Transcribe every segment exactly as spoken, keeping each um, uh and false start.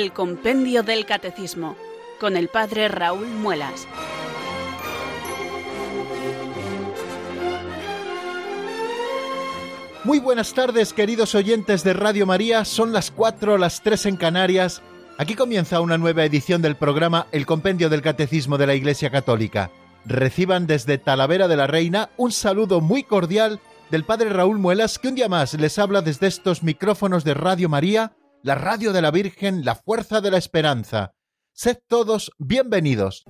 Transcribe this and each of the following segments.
el Compendio del Catecismo, con el Padre Raúl Muelas. Muy buenas tardes, queridos oyentes de Radio María. Son las cuatro, las tres en Canarias. Aquí comienza una nueva edición del programa El Compendio del Catecismo de la Iglesia Católica. Reciban desde Talavera de la Reina un saludo muy cordial del Padre Raúl Muelas, que un día más les habla desde estos micrófonos de Radio María, la radio de la Virgen, la fuerza de la esperanza. Sed todos bienvenidos.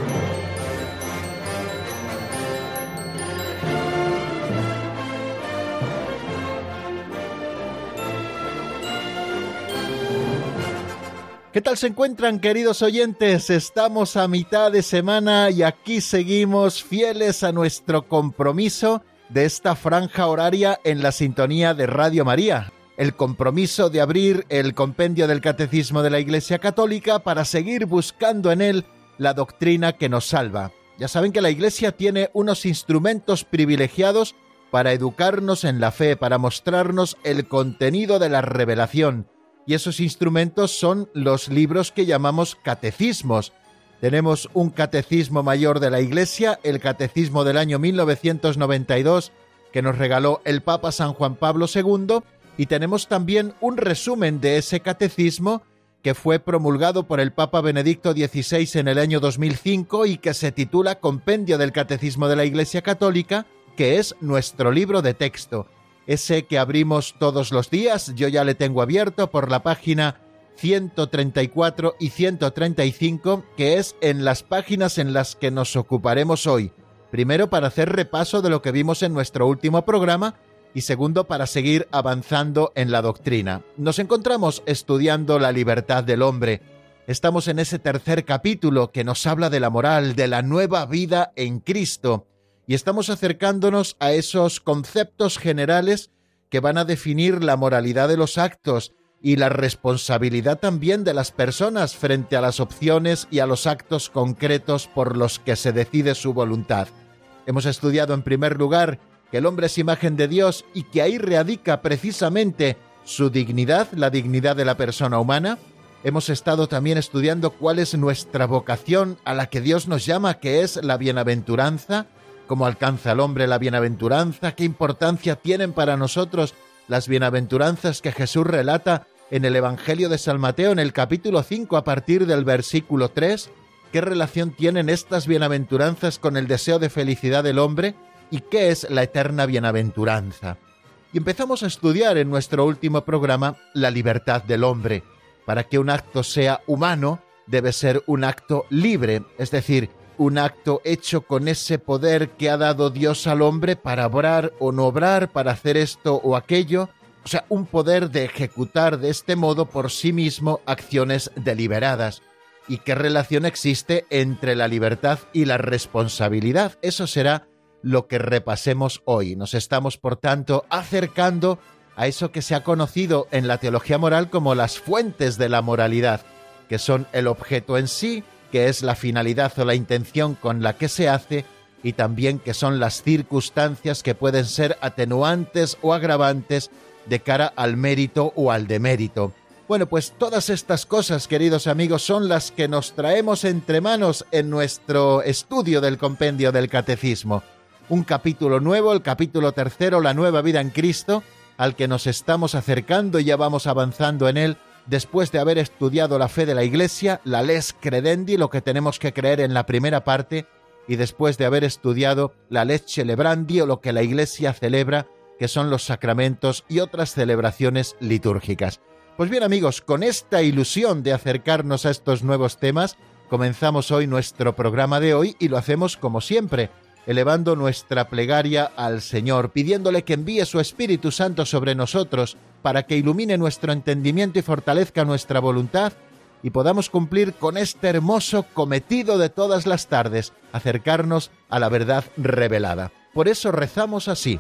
¿Qué tal se encuentran, queridos oyentes? Estamos a mitad de semana y aquí seguimos fieles a nuestro compromiso de esta franja horaria en la sintonía de Radio María. El compromiso de abrir el compendio del Catecismo de la Iglesia Católica para seguir buscando en él la doctrina que nos salva. Ya saben que la Iglesia tiene unos instrumentos privilegiados para educarnos en la fe, para mostrarnos el contenido de la revelación. Y esos instrumentos son los libros que llamamos catecismos. Tenemos un catecismo mayor de la Iglesia, el catecismo del año mil novecientos noventa y dos, que nos regaló el Papa San Juan Pablo segundo, y tenemos también un resumen de ese catecismo que fue promulgado por el Papa Benedicto dieciséis en el año dos mil cinco y que se titula Compendio del Catecismo de la Iglesia Católica, que es nuestro libro de texto. Ese que abrimos todos los días, yo ya le tengo abierto por la página ciento treinta y cuatro y ciento treinta y cinco, que es en las páginas en las que nos ocuparemos hoy. Primero, para hacer repaso de lo que vimos en nuestro último programa, y segundo, para seguir avanzando en la doctrina. Nos encontramos estudiando la libertad del hombre. Estamos en ese tercer capítulo que nos habla de la moral, de la nueva vida en Cristo. Y estamos acercándonos a esos conceptos generales que van a definir la moralidad de los actos y la responsabilidad también de las personas frente a las opciones y a los actos concretos por los que se decide su voluntad. Hemos estudiado en primer lugar que el hombre es imagen de Dios y que ahí radica precisamente su dignidad, la dignidad de la persona humana. Hemos estado también estudiando cuál es nuestra vocación a la que Dios nos llama, que es la bienaventuranza. ¿Cómo alcanza el hombre la bienaventuranza? ¿Qué importancia tienen para nosotros las bienaventuranzas que Jesús relata en el Evangelio de San Mateo, en el capítulo cinco, a partir del versículo tres? ¿Qué relación tienen estas bienaventuranzas con el deseo de felicidad del hombre? ¿Y qué es la eterna bienaventuranza? Y empezamos a estudiar en nuestro último programa la libertad del hombre. Para que un acto sea humano, debe ser un acto libre, es decir, un acto hecho con ese poder que ha dado Dios al hombre para obrar o no obrar, para hacer esto o aquello, o sea, un poder de ejecutar de este modo por sí mismo acciones deliberadas. ¿Y qué relación existe entre la libertad y la responsabilidad? Eso será lo que repasemos hoy. Nos estamos, por tanto, acercando a eso que se ha conocido en la teología moral como las fuentes de la moralidad, que son el objeto en sí, que es la finalidad o la intención con la que se hace, y también que son las circunstancias que pueden ser atenuantes o agravantes de cara al mérito o al demérito. Bueno, pues todas estas cosas, queridos amigos, son las que nos traemos entre manos en nuestro estudio del Compendio del Catecismo. Un capítulo nuevo, el capítulo tercero, la nueva vida en Cristo, al que nos estamos acercando y ya vamos avanzando en él, después de haber estudiado la fe de la Iglesia, la lex credendi, lo que tenemos que creer en la primera parte, y después de haber estudiado la lex celebrandi, o lo que la Iglesia celebra, que son los sacramentos y otras celebraciones litúrgicas. Pues bien, amigos, con esta ilusión de acercarnos a estos nuevos temas, comenzamos hoy nuestro programa de hoy y lo hacemos como siempre, elevando nuestra plegaria al Señor, pidiéndole que envíe su Espíritu Santo sobre nosotros para que ilumine nuestro entendimiento y fortalezca nuestra voluntad y podamos cumplir con este hermoso cometido de todas las tardes, acercarnos a la verdad revelada. Por eso rezamos así.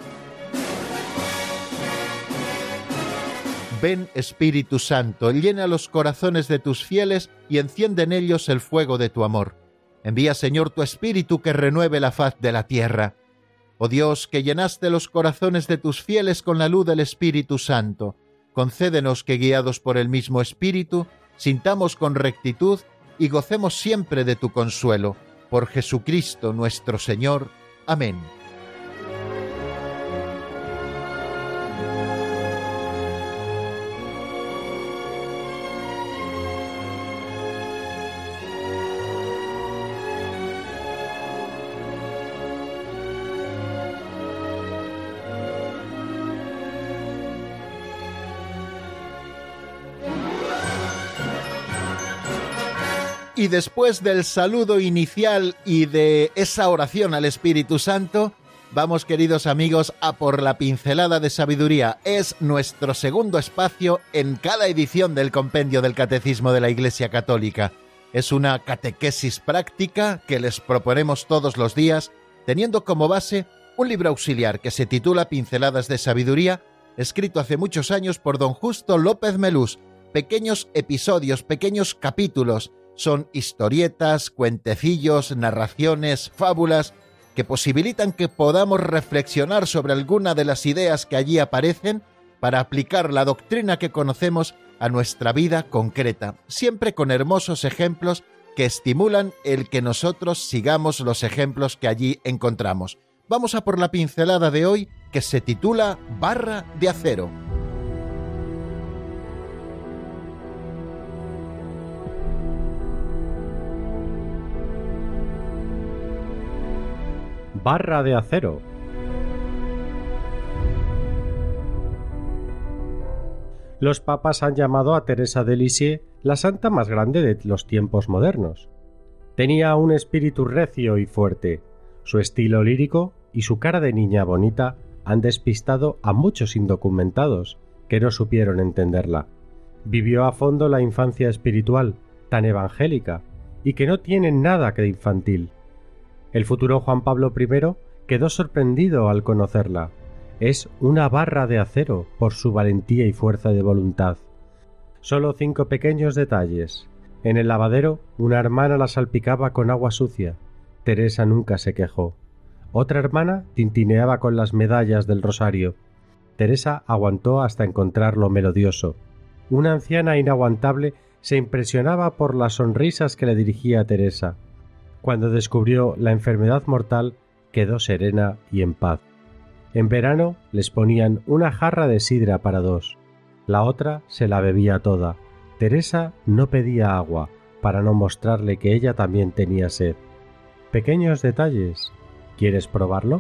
Ven, Espíritu Santo, llena los corazones de tus fieles y enciende en ellos el fuego de tu amor. Envía, Señor, tu Espíritu que renueve la faz de la tierra. Oh Dios, que llenaste los corazones de tus fieles con la luz del Espíritu Santo, concédenos que, guiados por el mismo Espíritu, sintamos con rectitud y gocemos siempre de tu consuelo. Por Jesucristo nuestro Señor. Amén. Y después del saludo inicial y de esa oración al Espíritu Santo, vamos, queridos amigos, a por la pincelada de sabiduría. Es nuestro segundo espacio en cada edición del Compendio del Catecismo de la Iglesia Católica. Es una catequesis práctica que les proponemos todos los días, teniendo como base un libro auxiliar que se titula Pinceladas de Sabiduría, escrito hace muchos años por don Justo López Melús. Pequeños episodios, pequeños capítulos. Son historietas, cuentecillos, narraciones, fábulas, que posibilitan que podamos reflexionar sobre alguna de las ideas que allí aparecen para aplicar la doctrina que conocemos a nuestra vida concreta, siempre con hermosos ejemplos que estimulan el que nosotros sigamos los ejemplos que allí encontramos. Vamos a por la pincelada de hoy, que se titula Barra de Acero. Barra de acero. Los papas han llamado a Teresa de Lisieux la santa más grande de los tiempos modernos. Tenía un espíritu recio y fuerte. Su estilo lírico y su cara de niña bonita han despistado a muchos indocumentados que no supieron entenderla. Vivió a fondo la infancia espiritual, tan evangélica, y que no tiene nada que de infantil. El futuro Juan Pablo primero quedó sorprendido al conocerla. Es una barra de acero por su valentía y fuerza de voluntad. Solo cinco pequeños detalles. En el lavadero, una hermana la salpicaba con agua sucia. Teresa nunca se quejó. Otra hermana tintineaba con las medallas del rosario. Teresa aguantó hasta encontrarlo melodioso. Una anciana inaguantable se impresionaba por las sonrisas que le dirigía a Teresa. Cuando descubrió la enfermedad mortal, quedó serena y en paz. En verano les ponían una jarra de sidra para dos. La otra se la bebía toda. Teresa no pedía agua, para no mostrarle que ella también tenía sed. Pequeños detalles. ¿Quieres probarlo?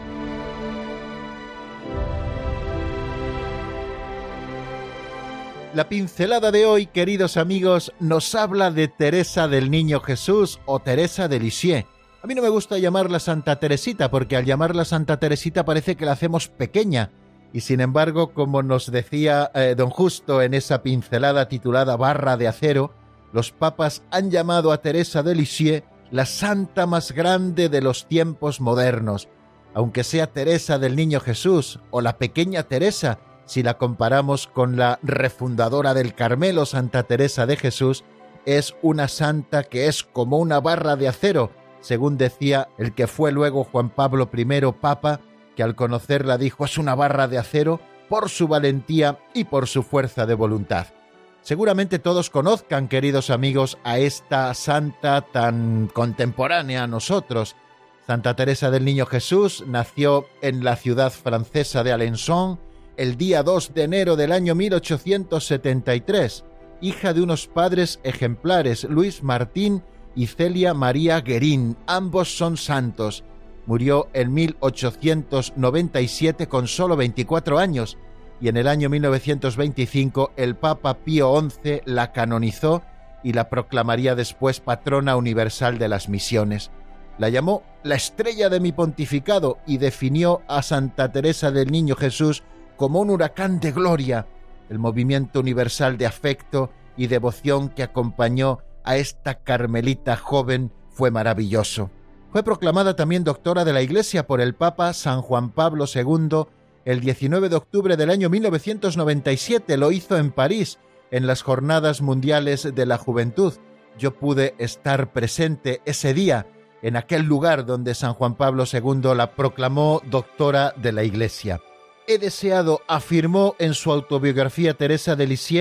La pincelada de hoy, queridos amigos, nos habla de Teresa del Niño Jesús o Teresa de Lisieux. A mí no me gusta llamarla Santa Teresita porque al llamarla Santa Teresita parece que la hacemos pequeña. Y sin embargo, como nos decía eh, don Justo en esa pincelada titulada Barra de Acero, los papas han llamado a Teresa de Lisieux la santa más grande de los tiempos modernos. Aunque sea Teresa del Niño Jesús o la pequeña Teresa, si la comparamos con la refundadora del Carmelo, Santa Teresa de Jesús, es una santa que es como una barra de acero, según decía el que fue luego Juan Pablo primero Papa, que al conocerla dijo es una barra de acero por su valentía y por su fuerza de voluntad. Seguramente todos conozcan, queridos amigos, a esta santa tan contemporánea a nosotros. Santa Teresa del Niño Jesús nació en la ciudad francesa de Alençon el día dos de enero del año mil ochocientos setenta y tres, hija de unos padres ejemplares, Luis Martín y Celia María Guérin. Ambos son santos. Murió en mil ochocientos noventa y siete con solo veinticuatro años y en el año mil novecientos veinticinco el Papa Pío once la canonizó y la proclamaría después patrona universal de las misiones. La llamó la estrella de mi pontificado y definió a Santa Teresa del Niño Jesús como un huracán de gloria. El movimiento universal de afecto y devoción que acompañó a esta carmelita joven fue maravilloso. Fue proclamada también doctora de la Iglesia por el Papa San Juan Pablo segundo el diecinueve de octubre del año mil novecientos noventa y siete. Lo hizo en París, en las Jornadas Mundiales de la Juventud. Yo pude estar presente ese día, en aquel lugar donde San Juan Pablo segundo la proclamó doctora de la Iglesia. He deseado, afirmó en su autobiografía Teresa de Lisieux,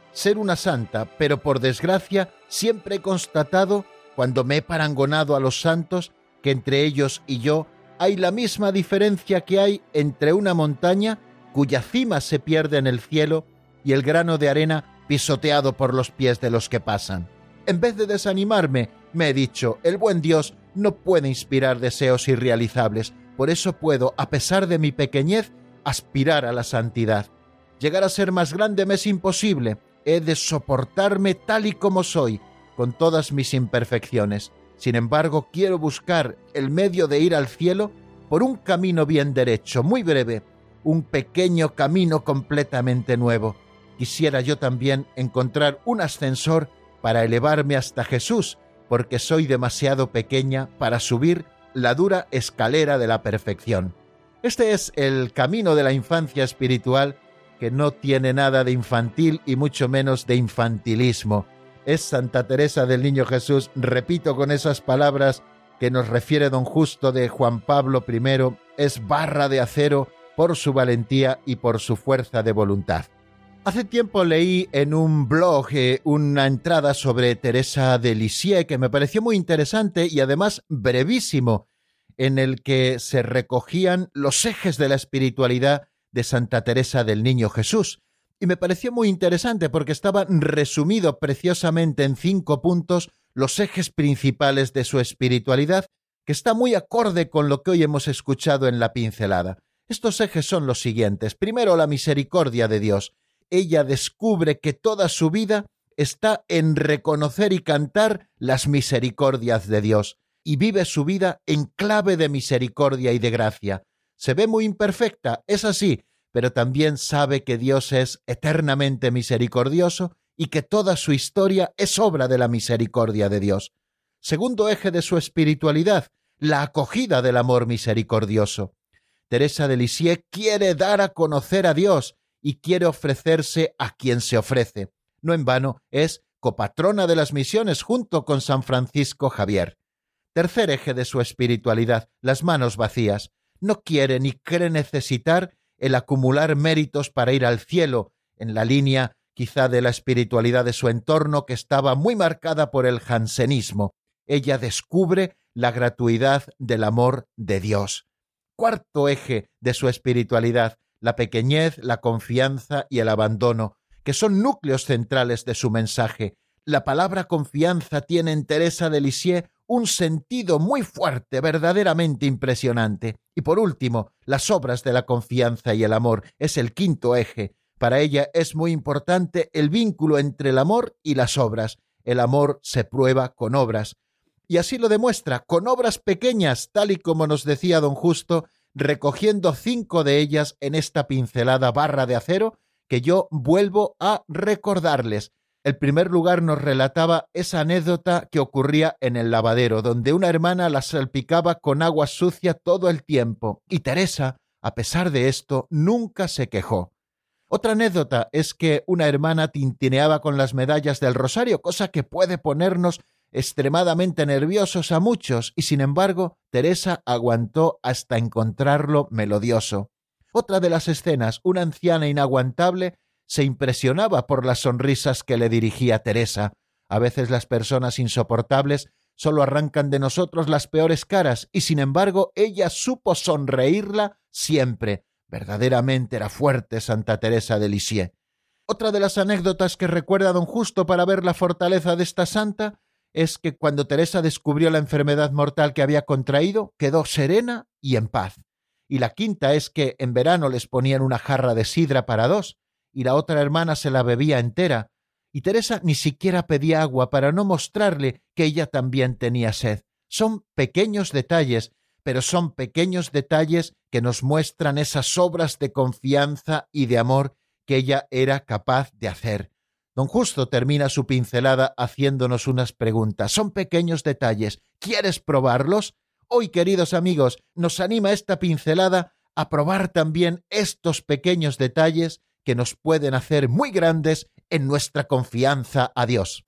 ser una santa, pero por desgracia siempre he constatado, cuando me he parangonado a los santos, que entre ellos y yo hay la misma diferencia que hay entre una montaña cuya cima se pierde en el cielo y el grano de arena pisoteado por los pies de los que pasan. En vez de desanimarme, me he dicho, el buen Dios no puede inspirar deseos irrealizables, por eso puedo, a pesar de mi pequeñez, aspirar a la santidad. Llegar a ser más grande me es imposible, he de soportarme tal y como soy, con todas mis imperfecciones. Sin embargo, quiero buscar el medio de ir al cielo por un camino bien derecho, muy breve, un pequeño camino completamente nuevo. Quisiera yo también encontrar un ascensor para elevarme hasta Jesús, porque soy demasiado pequeña para subir la dura escalera de la perfección. Este es el camino de la infancia espiritual, que no tiene nada de infantil y mucho menos de infantilismo. Es Santa Teresa del Niño Jesús, repito con esas palabras que nos refiere don Justo de Juan Pablo primero, es barra de acero por su valentía y por su fuerza de voluntad. Hace tiempo leí en un blog eh, una entrada sobre Teresa de Lisieux que me pareció muy interesante y además brevísimo, en el que se recogían los ejes de la espiritualidad de Santa Teresa del Niño Jesús. Y me pareció muy interesante porque estaba resumido preciosamente en cinco puntos los ejes principales de su espiritualidad, que está muy acorde con lo que hoy hemos escuchado en la pincelada. Estos ejes son los siguientes. Primero, la misericordia de Dios. Ella descubre que toda su vida está en reconocer y cantar las misericordias de Dios, y vive su vida en clave de misericordia y de gracia. Se ve muy imperfecta, es así, pero también sabe que Dios es eternamente misericordioso y que toda su historia es obra de la misericordia de Dios. Segundo eje de su espiritualidad, la acogida del amor misericordioso. Teresa de Lisieux quiere dar a conocer a Dios y quiere ofrecerse a quien se ofrece. No en vano, es copatrona de las misiones junto con San Francisco Javier. Tercer eje de su espiritualidad, las manos vacías. No quiere ni cree necesitar el acumular méritos para ir al cielo, en la línea quizá de la espiritualidad de su entorno que estaba muy marcada por el jansenismo. Ella descubre la gratuidad del amor de Dios. Cuarto eje de su espiritualidad, la pequeñez, la confianza y el abandono, que son núcleos centrales de su mensaje. La palabra confianza tiene en Teresa de Lisieux un sentido muy fuerte, verdaderamente impresionante. Y por último, las obras de la confianza y el amor es el quinto eje. Para ella es muy importante el vínculo entre el amor y las obras. El amor se prueba con obras. Y así lo demuestra, con obras pequeñas, tal y como nos decía don Justo, recogiendo cinco de ellas en esta pincelada barra de acero que yo vuelvo a recordarles. En primer lugar nos relataba esa anécdota que ocurría en el lavadero, donde una hermana la salpicaba con agua sucia todo el tiempo, y Teresa, a pesar de esto, nunca se quejó. Otra anécdota es que una hermana tintineaba con las medallas del rosario, cosa que puede ponernos extremadamente nerviosos a muchos, y sin embargo, Teresa aguantó hasta encontrarlo melodioso. Otra de las escenas, una anciana inaguantable se impresionaba por las sonrisas que le dirigía Teresa. A veces las personas insoportables solo arrancan de nosotros las peores caras, y sin embargo ella supo sonreírla siempre. Verdaderamente era fuerte Santa Teresa de Lisieux. Otra de las anécdotas que recuerda don Justo para ver la fortaleza de esta santa es que cuando Teresa descubrió la enfermedad mortal que había contraído, quedó serena y en paz. Y la quinta es que en verano les ponían una jarra de sidra para dos, y la otra hermana se la bebía entera, y Teresa ni siquiera pedía agua para no mostrarle que ella también tenía sed. Son pequeños detalles, pero son pequeños detalles que nos muestran esas obras de confianza y de amor que ella era capaz de hacer. Don Justo termina su pincelada haciéndonos unas preguntas. Son pequeños detalles. ¿Quieres probarlos? Hoy, queridos amigos, nos anima esta pincelada a probar también estos pequeños detalles que nos pueden hacer muy grandes en nuestra confianza a Dios.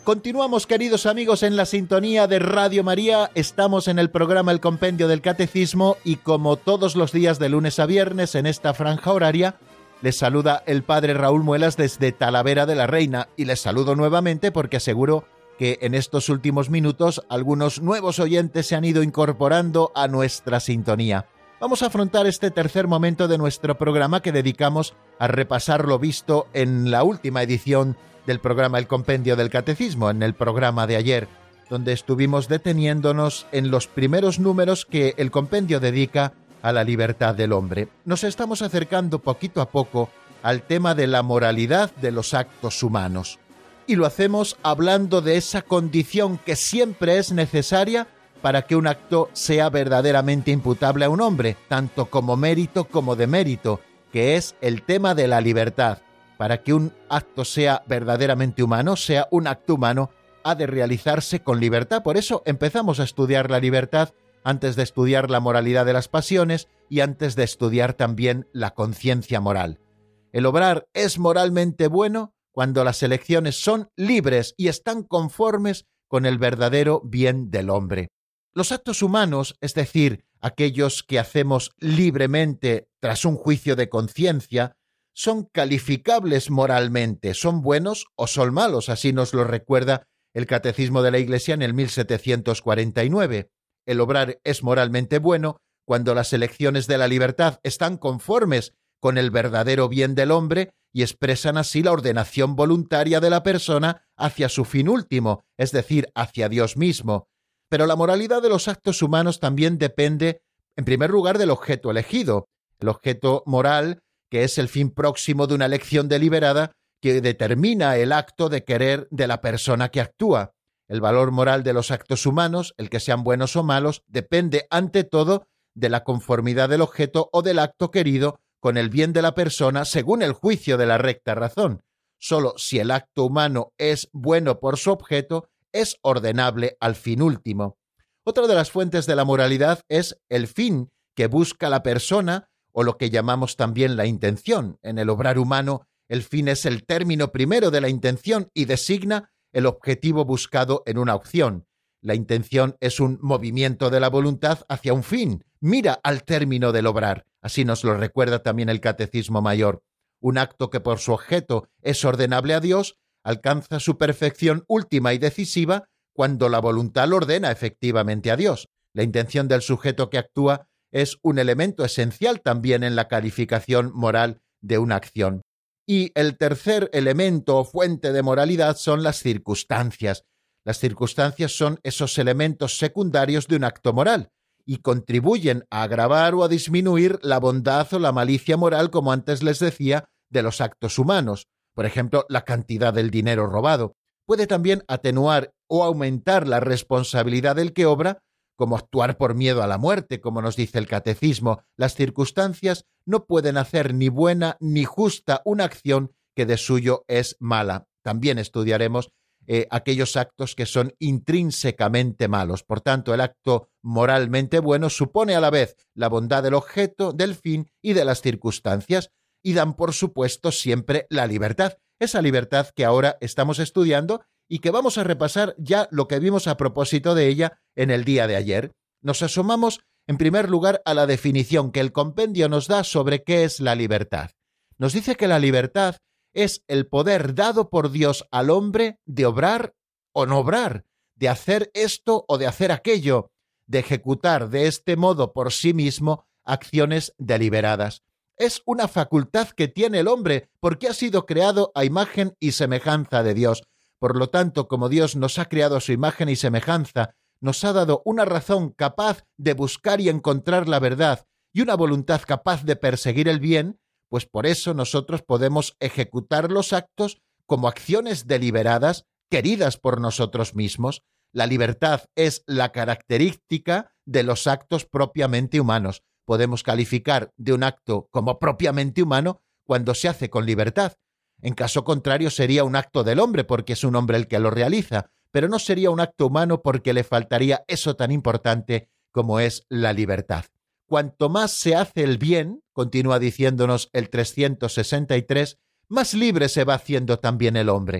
Continuamos, queridos amigos, en la sintonía de Radio María. Estamos en el programa El Compendio del Catecismo y, como todos los días de lunes a viernes en esta franja horaria, les saluda el padre Raúl Muelas desde Talavera de la Reina, y les saludo nuevamente porque aseguro que en estos últimos minutos algunos nuevos oyentes se han ido incorporando a nuestra sintonía. Vamos a afrontar este tercer momento de nuestro programa que dedicamos a repasar lo visto en la última edición del programa El Compendio del Catecismo, en el programa de ayer, donde estuvimos deteniéndonos en los primeros números que el compendio dedica a la libertad del hombre. Nos estamos acercando poquito a poco al tema de la moralidad de los actos humanos. Y lo hacemos hablando de esa condición que siempre es necesaria para que un acto sea verdaderamente imputable a un hombre, tanto como mérito como demérito, que es el tema de la libertad. Para que un acto sea verdaderamente humano, sea un acto humano, ha de realizarse con libertad. Por eso empezamos a estudiar la libertad antes de estudiar la moralidad de las pasiones y antes de estudiar también la conciencia moral. El obrar es moralmente bueno cuando las elecciones son libres y están conformes con el verdadero bien del hombre. Los actos humanos, es decir, aquellos que hacemos libremente tras un juicio de conciencia, son calificables moralmente, son buenos o son malos, así nos lo recuerda el Catecismo de la Iglesia en el mil setecientos cuarenta y nueve. El obrar es moralmente bueno cuando las elecciones de la libertad están conformes con el verdadero bien del hombre y expresan así la ordenación voluntaria de la persona hacia su fin último, es decir, hacia Dios mismo. Pero la moralidad de los actos humanos también depende, en primer lugar, del objeto elegido. El objeto moral, que es el fin próximo de una elección deliberada que determina el acto de querer de la persona que actúa. El valor moral de los actos humanos, el que sean buenos o malos, depende ante todo de la conformidad del objeto o del acto querido con el bien de la persona según el juicio de la recta razón. Solo si el acto humano es bueno por su objeto, es ordenable al fin último. Otra de las fuentes de la moralidad es el fin que busca la persona, o lo que llamamos también la intención. En el obrar humano, el fin es el término primero de la intención y designa el objetivo buscado en una acción. La intención es un movimiento de la voluntad hacia un fin, mira al término del obrar. Así nos lo recuerda también el Catecismo Mayor. Un acto que por su objeto es ordenable a Dios, alcanza su perfección última y decisiva cuando la voluntad lo ordena efectivamente a Dios. La intención del sujeto que actúa es un elemento esencial también en la calificación moral de una acción. Y el tercer elemento o fuente de moralidad son las circunstancias. Las circunstancias son esos elementos secundarios de un acto moral y contribuyen a agravar o a disminuir la bondad o la malicia moral, como antes les decía, de los actos humanos. Por ejemplo, la cantidad del dinero robado. Puede también atenuar o aumentar la responsabilidad del que obra, como actuar por miedo a la muerte, como nos dice el Catecismo. Las circunstancias no pueden hacer ni buena ni justa una acción que de suyo es mala. También estudiaremos eh, aquellos actos que son intrínsecamente malos. Por tanto, el acto moralmente bueno supone a la vez la bondad del objeto, del fin y de las circunstancias, y dan, por supuesto, siempre la libertad. Esa libertad que ahora estamos estudiando y que vamos a repasar ya lo que vimos a propósito de ella en el día de ayer. Nos asomamos, en primer lugar, a la definición que el compendio nos da sobre qué es la libertad. Nos dice que la libertad es el poder dado por Dios al hombre de obrar o no obrar, de hacer esto o de hacer aquello, de ejecutar de este modo por sí mismo acciones deliberadas. Es una facultad que tiene el hombre porque ha sido creado a imagen y semejanza de Dios. Por lo tanto, como Dios nos ha creado a su imagen y semejanza, nos ha dado una razón capaz de buscar y encontrar la verdad y una voluntad capaz de perseguir el bien, pues por eso nosotros podemos ejecutar los actos como acciones deliberadas, queridas por nosotros mismos. La libertad es la característica de los actos propiamente humanos. Podemos calificar de un acto como propiamente humano cuando se hace con libertad. En caso contrario sería un acto del hombre porque es un hombre el que lo realiza, pero no sería un acto humano porque le faltaría eso tan importante como es la libertad. Cuanto más se hace el bien, continúa diciéndonos el trescientos sesenta y tres, más libre se va haciendo también el hombre.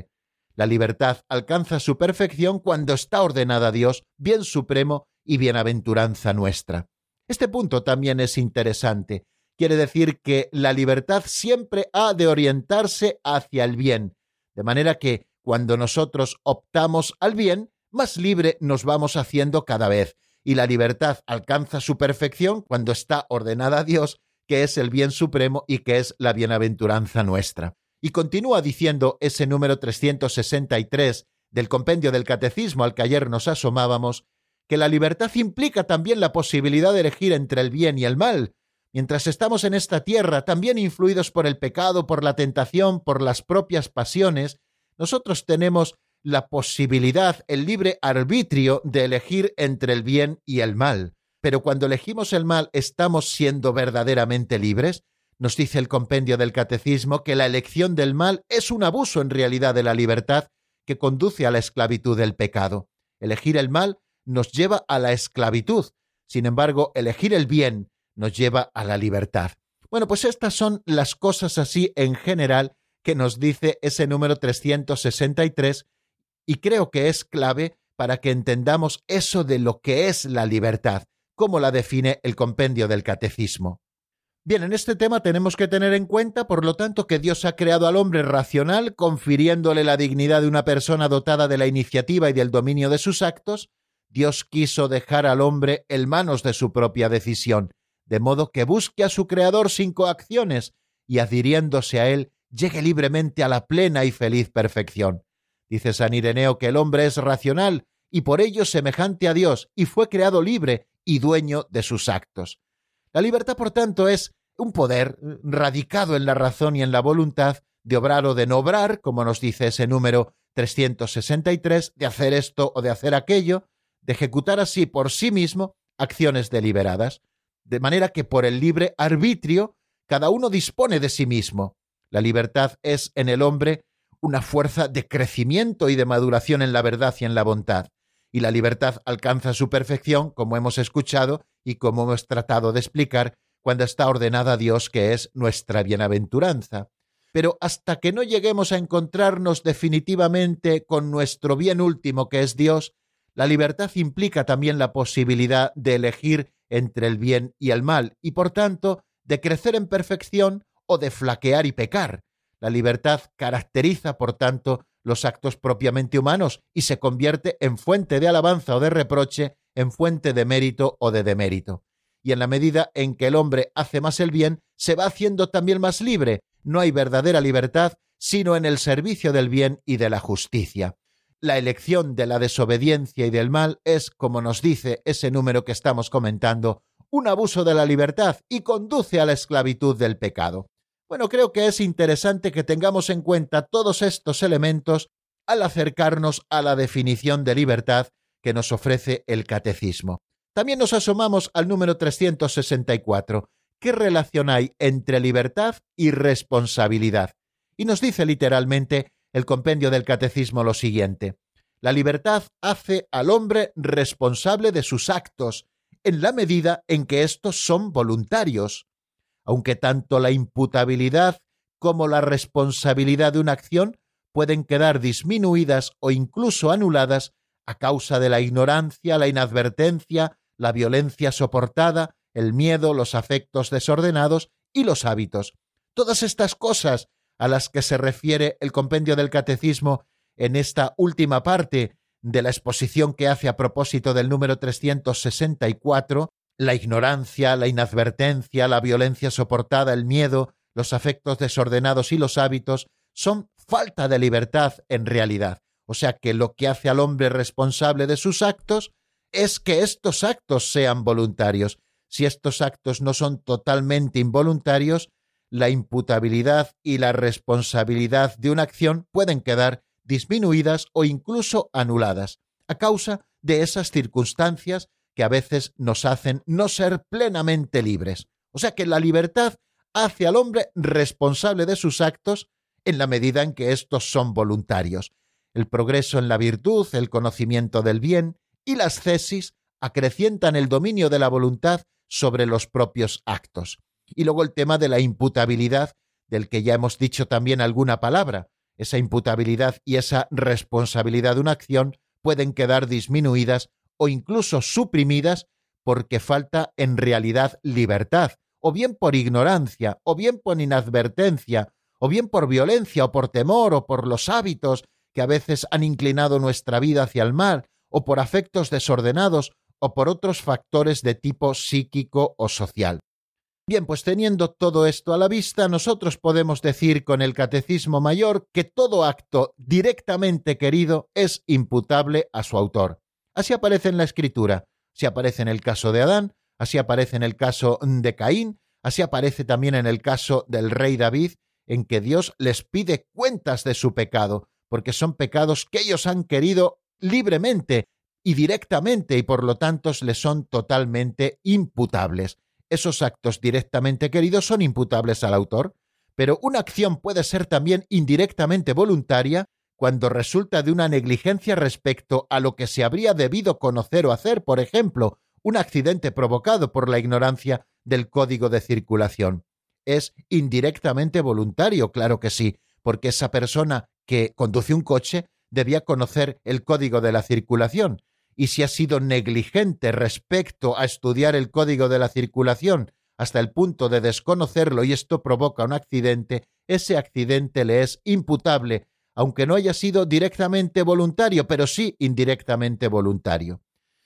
La libertad alcanza su perfección cuando está ordenada a Dios, bien supremo y bienaventuranza nuestra. Este punto también es interesante. Quiere decir que la libertad siempre ha de orientarse hacia el bien, de manera que cuando nosotros optamos al bien, más libre nos vamos haciendo cada vez, y la libertad alcanza su perfección cuando está ordenada a Dios, que es el bien supremo y que es la bienaventuranza nuestra. Y continúa diciendo ese número trescientos sesenta y tres del compendio del Catecismo al que ayer nos asomábamos, que la libertad implica también la posibilidad de elegir entre el bien y el mal. Mientras estamos en esta tierra, también influidos por el pecado, por la tentación, por las propias pasiones, nosotros tenemos la posibilidad, el libre arbitrio de elegir entre el bien y el mal. Pero cuando elegimos el mal, ¿estamos siendo verdaderamente libres? Nos dice el compendio del Catecismo que la elección del mal es un abuso en realidad de la libertad que conduce a la esclavitud del pecado. Elegir el mal nos lleva a la esclavitud. Sin embargo, elegir el bien nos lleva a la libertad. Bueno, pues estas son las cosas así en general que nos dice ese número trescientos sesenta y tres, y creo que es clave para que entendamos eso de lo que es la libertad, como la define el compendio del Catecismo. Bien, en este tema tenemos que tener en cuenta, por lo tanto, que Dios ha creado al hombre racional, confiriéndole la dignidad de una persona dotada de la iniciativa y del dominio de sus actos. Dios quiso dejar al hombre en manos de su propia decisión, de modo que busque a su Creador sin coacciones y, adhiriéndose a él, llegue libremente a la plena y feliz perfección. Dice San Ireneo que el hombre es racional y por ello semejante a Dios, y fue creado libre y dueño de sus actos. La libertad, por tanto, es un poder radicado en la razón y en la voluntad de obrar o de no obrar, como nos dice ese número trescientos sesenta y tres, de hacer esto o de hacer aquello, de ejecutar así por sí mismo acciones deliberadas, de manera que por el libre arbitrio cada uno dispone de sí mismo. La libertad es en el hombre una fuerza de crecimiento y de maduración en la verdad y en la bondad, y la libertad alcanza su perfección, como hemos escuchado y como hemos tratado de explicar, cuando está ordenada a Dios, que es nuestra bienaventuranza. Pero hasta que no lleguemos a encontrarnos definitivamente con nuestro bien último, que es Dios, la libertad implica también la posibilidad de elegir entre el bien y el mal, y por tanto de crecer en perfección o de flaquear y pecar. La libertad caracteriza, por tanto, los actos propiamente humanos y se convierte en fuente de alabanza o de reproche, en fuente de mérito o de demérito. Y en la medida en que el hombre hace más el bien, se va haciendo también más libre. No hay verdadera libertad sino en el servicio del bien y de la justicia. La elección de la desobediencia y del mal es, como nos dice ese número que estamos comentando, un abuso de la libertad y conduce a la esclavitud del pecado. Bueno, creo que es interesante que tengamos en cuenta todos estos elementos al acercarnos a la definición de libertad que nos ofrece el Catecismo. También nos asomamos al número trescientos sesenta y cuatro. ¿Qué relación hay entre libertad y responsabilidad? Y nos dice literalmente el compendio del Catecismo lo siguiente: la libertad hace al hombre responsable de sus actos, en la medida en que éstos son voluntarios. Aunque tanto la imputabilidad como la responsabilidad de una acción pueden quedar disminuidas o incluso anuladas a causa de la ignorancia, la inadvertencia, la violencia soportada, el miedo, los afectos desordenados y los hábitos. Todas estas cosas a las que se refiere el compendio del Catecismo en esta última parte de la exposición que hace a propósito del número trescientos sesenta y cuatro, la ignorancia, la inadvertencia, la violencia soportada, el miedo, los afectos desordenados y los hábitos, son falta de libertad en realidad. O sea que lo que hace al hombre responsable de sus actos es que estos actos sean voluntarios. Si estos actos no son totalmente involuntarios, la imputabilidad y la responsabilidad de una acción pueden quedar disminuidas o incluso anuladas, a causa de esas circunstancias que a veces nos hacen no ser plenamente libres. O sea que la libertad hace al hombre responsable de sus actos en la medida en que estos son voluntarios. El progreso en la virtud, el conocimiento del bien y la ascesis acrecientan el dominio de la voluntad sobre los propios actos. Y luego el tema de la imputabilidad, del que ya hemos dicho también alguna palabra. esa imputabilidad y esa responsabilidad de una acción pueden quedar disminuidas o incluso suprimidas porque falta en realidad libertad, o bien por ignorancia, o bien por inadvertencia, o bien por violencia, o por temor, o por los hábitos que a veces han inclinado nuestra vida hacia el mal, o por afectos desordenados, o por otros factores de tipo psíquico o social. Bien, pues teniendo todo esto a la vista, nosotros podemos decir con el Catecismo Mayor que todo acto directamente querido es imputable a su autor. Así aparece en la Escritura, así aparece en el caso de Adán, así aparece en el caso de Caín, así aparece también en el caso del rey David, en que Dios les pide cuentas de su pecado, porque son pecados que ellos han querido libremente y directamente y por lo tanto les son totalmente imputables. Esos actos directamente queridos son imputables al autor, pero una acción puede ser también indirectamente voluntaria cuando resulta de una negligencia respecto a lo que se habría debido conocer o hacer, por ejemplo, un accidente provocado por la ignorancia del código de circulación. Es indirectamente voluntario, claro que sí, porque esa persona que conduce un coche debía conocer el código de la circulación, y si ha sido negligente respecto a estudiar el código de la circulación hasta el punto de desconocerlo y esto provoca un accidente, ese accidente le es imputable, aunque no haya sido directamente voluntario, pero sí indirectamente voluntario.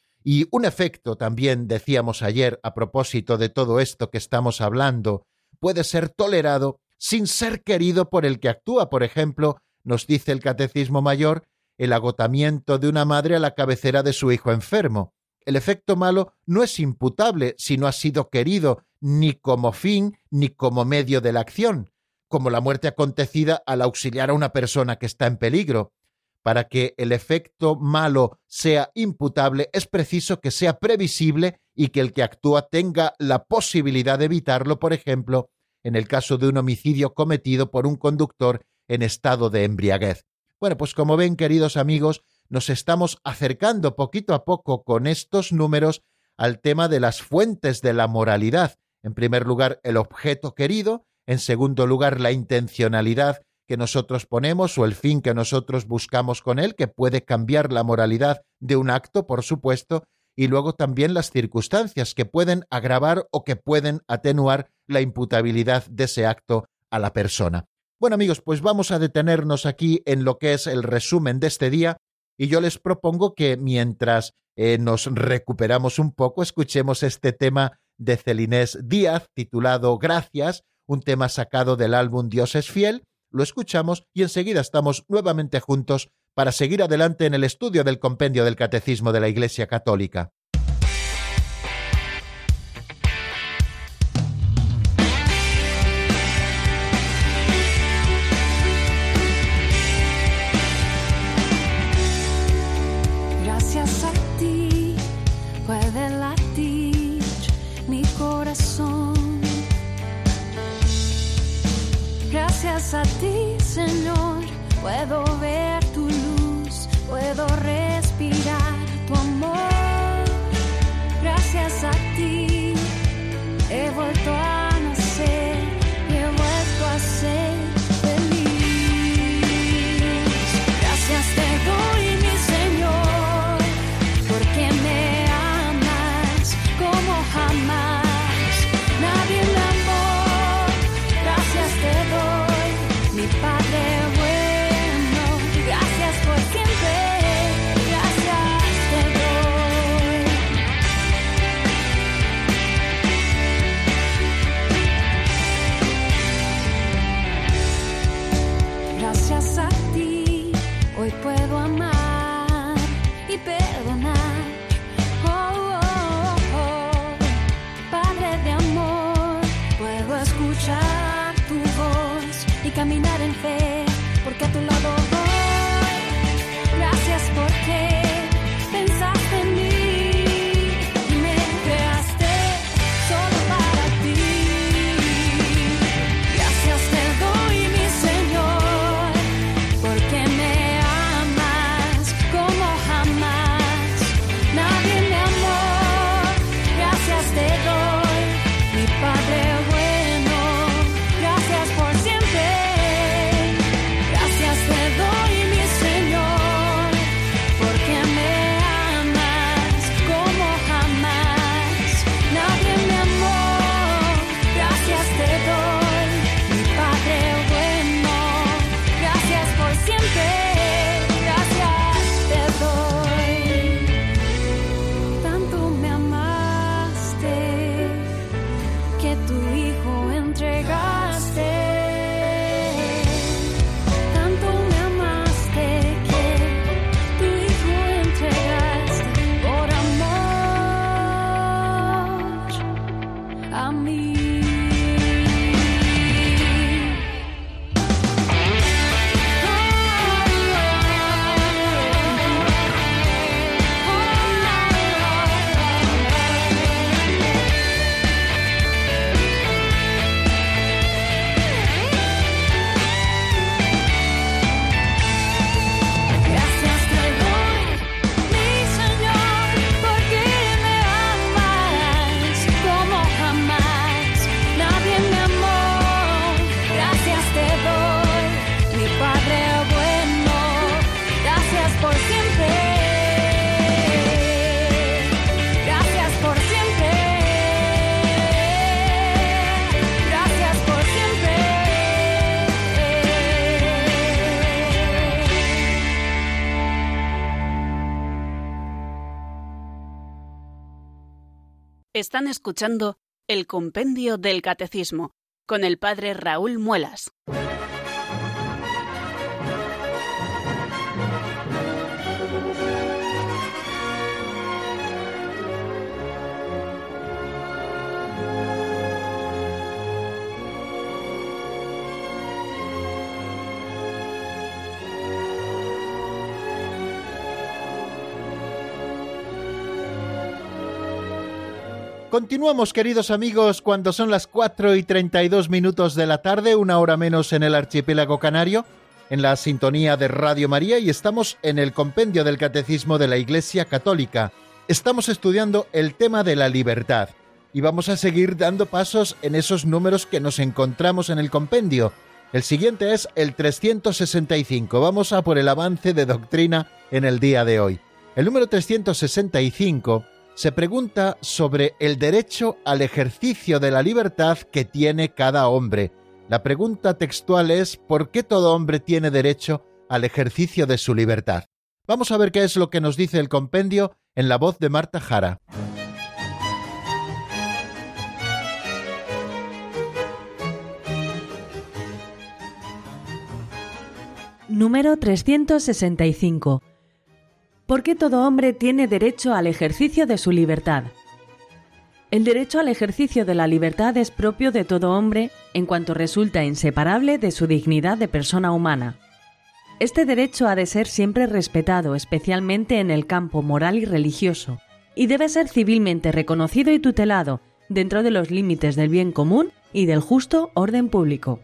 Y un efecto también, decíamos ayer, a propósito de todo esto que estamos hablando, puede ser tolerado sin ser querido por el que actúa. Por ejemplo, nos dice el Catecismo Mayor, el agotamiento de una madre a la cabecera de su hijo enfermo. El efecto malo no es imputable si no ha sido querido ni como fin ni como medio de la acción, como la muerte acontecida al auxiliar a una persona que está en peligro. Para que el efecto malo sea imputable es preciso que sea previsible y que el que actúa tenga la posibilidad de evitarlo, por ejemplo, en el caso de un homicidio cometido por un conductor en estado de embriaguez. Bueno, pues como ven, queridos amigos, nos estamos acercando poquito a poco con estos números al tema de las fuentes de la moralidad. En primer lugar, el objeto querido, en segundo lugar, la intencionalidad que nosotros ponemos o el fin que nosotros buscamos con él, que puede cambiar la moralidad de un acto, por supuesto, y luego también las circunstancias que pueden agravar o que pueden atenuar la imputabilidad de ese acto a la persona. Bueno, amigos, pues vamos a detenernos aquí en lo que es el resumen de este día y yo les propongo que mientras eh, nos recuperamos un poco, escuchemos este tema de Celinés Díaz titulado Gracias, un tema sacado del álbum Dios es fiel. Lo escuchamos y enseguida estamos nuevamente juntos para seguir adelante en el estudio del compendio del Catecismo de la Iglesia Católica. Gracias a ti puede latir mi corazón. Gracias a ti, Señor, puedo ver tu luz, puedo respirar tu amor. Gracias a ti he vuelto a nacer y he vuelto a ser feliz. Gracias te doy, mi Señor, porque me amas como jamás nadie me amó. Gracias te doy, mi Padre bueno, gracias por siempre, gracias te doy. Gracias a ti, hoy puedo amar y perdonar. Oh, oh, oh, Padre de amor, puedo escuchar tu voz y caminar en fe, porque a tu lado voy. Gracias porque pensaste en mí y me creaste solo para ti. Gracias te doy, mi Señor, porque me amas como jamás nadie me amó. Gracias te doy, mi Padre bueno, gracias por siempre, Están escuchando el Compendio del Catecismo con el Padre Raúl Muelas. Continuamos, queridos amigos, cuando son las cuatro y treinta y dos minutos de la tarde, una hora menos en el archipiélago canario, en la sintonía de Radio María, y estamos en el Compendio del Catecismo de la Iglesia Católica. Estamos estudiando el tema de la libertad y vamos a seguir dando pasos en esos números que nos encontramos en el compendio. El siguiente es el trescientos sesenta y cinco. Vamos a por el avance de doctrina en el día de hoy. El número trescientos sesenta y cinco se pregunta sobre el derecho al ejercicio de la libertad que tiene cada hombre. La pregunta textual es: ¿por qué todo hombre tiene derecho al ejercicio de su libertad? Vamos a ver qué es lo que nos dice el compendio en la voz de Marta Jara. Número trescientos sesenta y cinco. ¿Por qué todo hombre tiene derecho al ejercicio de su libertad? El derecho al ejercicio de la libertad es propio de todo hombre en cuanto resulta inseparable de su dignidad de persona humana. Este derecho ha de ser siempre respetado, especialmente en el campo moral y religioso, y debe ser civilmente reconocido y tutelado dentro de los límites del bien común y del justo orden público.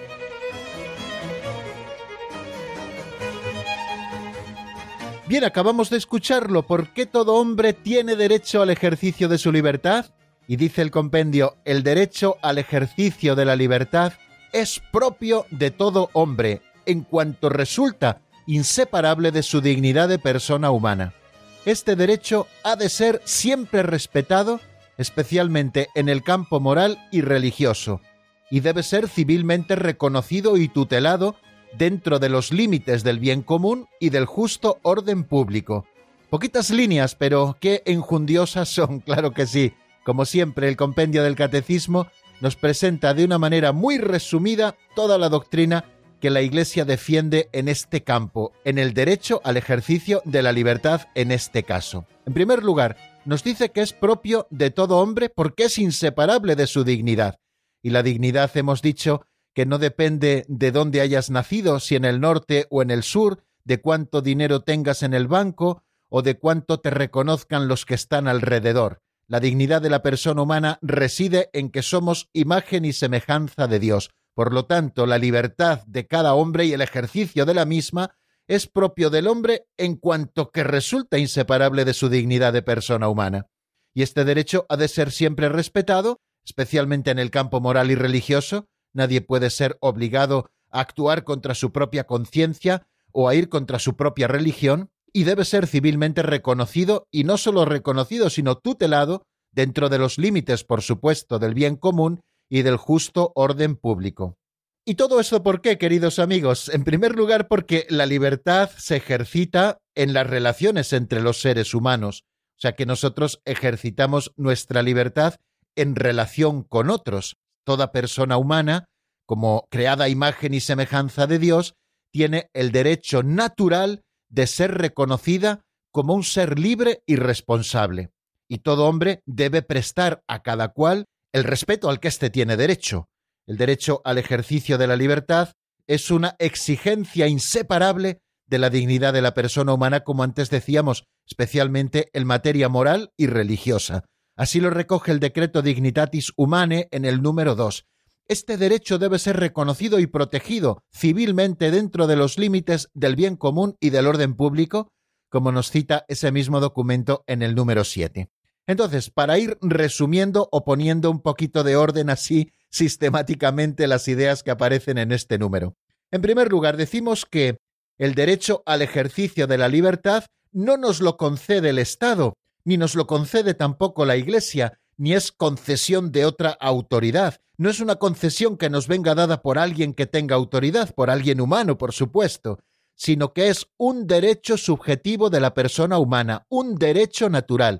Bien, acabamos de escucharlo. ¿Por qué todo hombre tiene derecho al ejercicio de su libertad? Y dice el compendio: el derecho al ejercicio de la libertad es propio de todo hombre, en cuanto resulta inseparable de su dignidad de persona humana. Este derecho ha de ser siempre respetado, especialmente en el campo moral y religioso, y debe ser civilmente reconocido y tutelado dentro de los límites del bien común y del justo orden público. Poquitas líneas, pero qué enjundiosas son, claro que sí. Como siempre, el compendio del Catecismo nos presenta de una manera muy resumida toda la doctrina que la Iglesia defiende en este campo, en el derecho al ejercicio de la libertad en este caso. En primer lugar, nos dice que es propio de todo hombre porque es inseparable de su dignidad. Y la dignidad, hemos dicho, que no depende de dónde hayas nacido, si en el norte o en el sur, de cuánto dinero tengas en el banco o de cuánto te reconozcan los que están alrededor. La dignidad de la persona humana reside en que somos imagen y semejanza de Dios. Por lo tanto, la libertad de cada hombre y el ejercicio de la misma es propio del hombre en cuanto que resulta inseparable de su dignidad de persona humana. Y este derecho ha de ser siempre respetado, especialmente en el campo moral y religioso. Nadie puede ser obligado a actuar contra su propia conciencia o a ir contra su propia religión, y debe ser civilmente reconocido, y no solo reconocido, sino tutelado dentro de los límites, por supuesto, del bien común y del justo orden público. ¿Y todo esto por qué, queridos amigos? En primer lugar, porque la libertad se ejercita en las relaciones entre los seres humanos, o sea que nosotros ejercitamos nuestra libertad en relación con otros. Toda persona humana, como creada a imagen y semejanza de Dios, tiene el derecho natural de ser reconocida como un ser libre y responsable. Y todo hombre debe prestar a cada cual el respeto al que éste tiene derecho. El derecho al ejercicio de la libertad es una exigencia inseparable de la dignidad de la persona humana, como antes decíamos, especialmente en materia moral y religiosa. Así lo recoge el Decreto Dignitatis Humanae en el número dos. Este derecho debe ser reconocido y protegido civilmente dentro de los límites del bien común y del orden público, como nos cita ese mismo documento en el número siete. Entonces, para ir resumiendo o poniendo un poquito de orden así sistemáticamente las ideas que aparecen en este número. En primer lugar, decimos que el derecho al ejercicio de la libertad no nos lo concede el Estado, ni nos lo concede tampoco la Iglesia, ni es concesión de otra autoridad. No es una concesión que nos venga dada por alguien que tenga autoridad, por alguien humano, por supuesto, sino que es un derecho subjetivo de la persona humana, un derecho natural.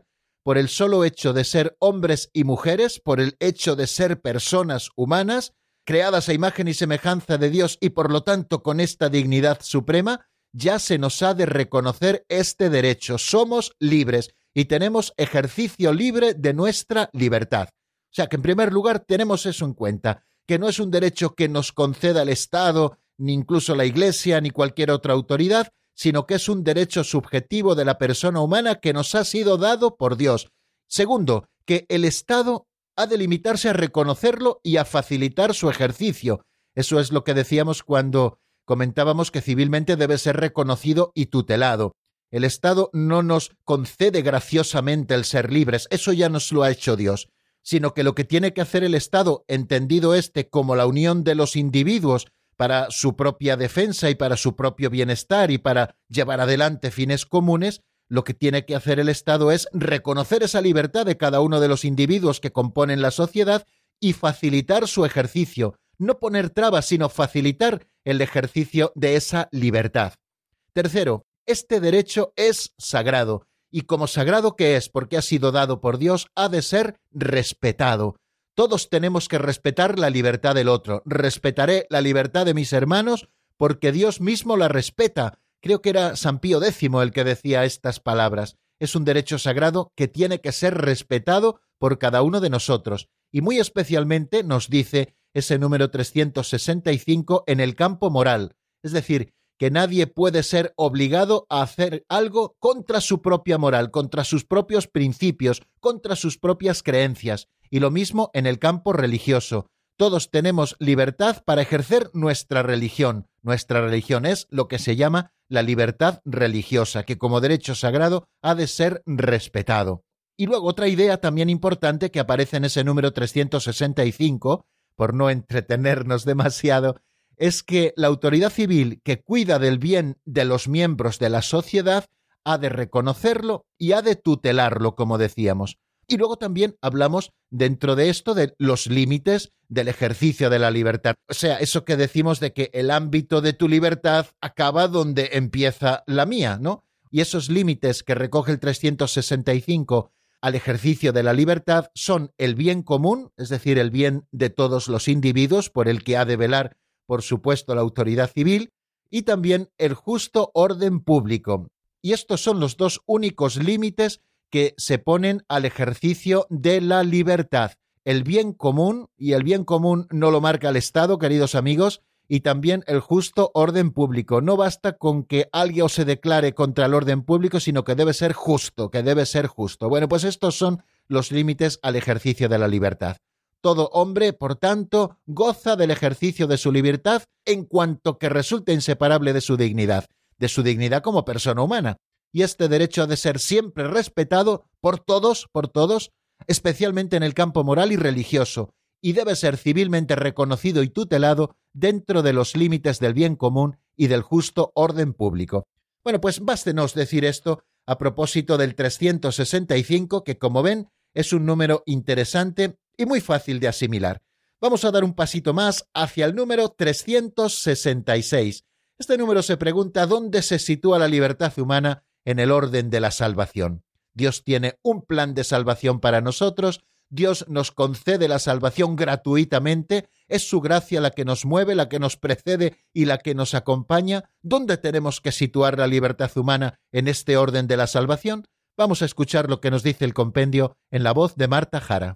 por el solo hecho de ser hombres y mujeres, por el hecho de ser personas humanas, creadas a imagen y semejanza de Dios y por lo tanto con esta dignidad suprema, ya se nos ha de reconocer este derecho. Somos libres y tenemos ejercicio libre de nuestra libertad. O sea que en primer lugar tenemos eso en cuenta, que no es un derecho que nos conceda el Estado, ni incluso la Iglesia, ni cualquier otra autoridad, sino que es un derecho subjetivo de la persona humana que nos ha sido dado por Dios. Segundo, que el Estado ha de limitarse a reconocerlo y a facilitar su ejercicio. Eso es lo que decíamos cuando comentábamos que civilmente debe ser reconocido y tutelado. El Estado no nos concede graciosamente el ser libres, eso ya nos lo ha hecho Dios, sino que lo que tiene que hacer el Estado, entendido este como la unión de los individuos para su propia defensa y para su propio bienestar y para llevar adelante fines comunes, lo que tiene que hacer el Estado es reconocer esa libertad de cada uno de los individuos que componen la sociedad y facilitar su ejercicio, no poner trabas, sino facilitar el ejercicio de esa libertad. Tercero, este derecho es sagrado, y como sagrado que es, porque ha sido dado por Dios, ha de ser respetado. Todos tenemos que respetar la libertad del otro. Respetaré la libertad de mis hermanos porque Dios mismo la respeta. Creo que era San Pío X el que decía estas palabras. Es un derecho sagrado que tiene que ser respetado por cada uno de nosotros. Y muy especialmente nos dice ese número trescientos sesenta y cinco en el campo moral. Es decir, que nadie puede ser obligado a hacer algo contra su propia moral, contra sus propios principios, contra sus propias creencias. Y lo mismo en el campo religioso. Todos tenemos libertad para ejercer nuestra religión. Nuestra religión es lo que se llama la libertad religiosa, que como derecho sagrado ha de ser respetado. Y luego otra idea también importante que aparece en ese número trescientos sesenta y cinco, por no entretenernos demasiado, es que la autoridad civil que cuida del bien de los miembros de la sociedad ha de reconocerlo y ha de tutelarlo, como decíamos. Y luego también hablamos dentro de esto de los límites del ejercicio de la libertad. O sea, eso que decimos de que el ámbito de tu libertad acaba donde empieza la mía, ¿no? Y esos límites que recoge el trescientos sesenta y cinco al ejercicio de la libertad son el bien común, es decir, el bien de todos los individuos por el que ha de velar, por supuesto, la autoridad civil, y también el justo orden público. Y estos son los dos únicos límites que se ponen al ejercicio de la libertad. El bien común, y el bien común no lo marca el Estado, queridos amigos, y también el justo orden público. No basta con que alguien se declare contra el orden público, sino que debe ser justo, que debe ser justo. Bueno, pues estos son los límites al ejercicio de la libertad. Todo hombre, por tanto, goza del ejercicio de su libertad en cuanto que resulte inseparable de su dignidad, de su dignidad como persona humana. Y este derecho ha de ser siempre respetado por todos, por todos, especialmente en el campo moral y religioso, y debe ser civilmente reconocido y tutelado dentro de los límites del bien común y del justo orden público. Bueno, pues bástenos decir esto a propósito del trescientos sesenta y cinco, que como ven es un número interesante y muy fácil de asimilar. Vamos a dar un pasito más hacia el número trescientos sesenta y seis. Este número se pregunta dónde se sitúa la libertad humana en el orden de la salvación. Dios tiene un plan de salvación para nosotros, Dios nos concede la salvación gratuitamente, es su gracia la que nos mueve, la que nos precede y la que nos acompaña. ¿Dónde tenemos que situar la libertad humana en este orden de la salvación? Vamos a escuchar lo que nos dice el compendio en la voz de Marta Jara.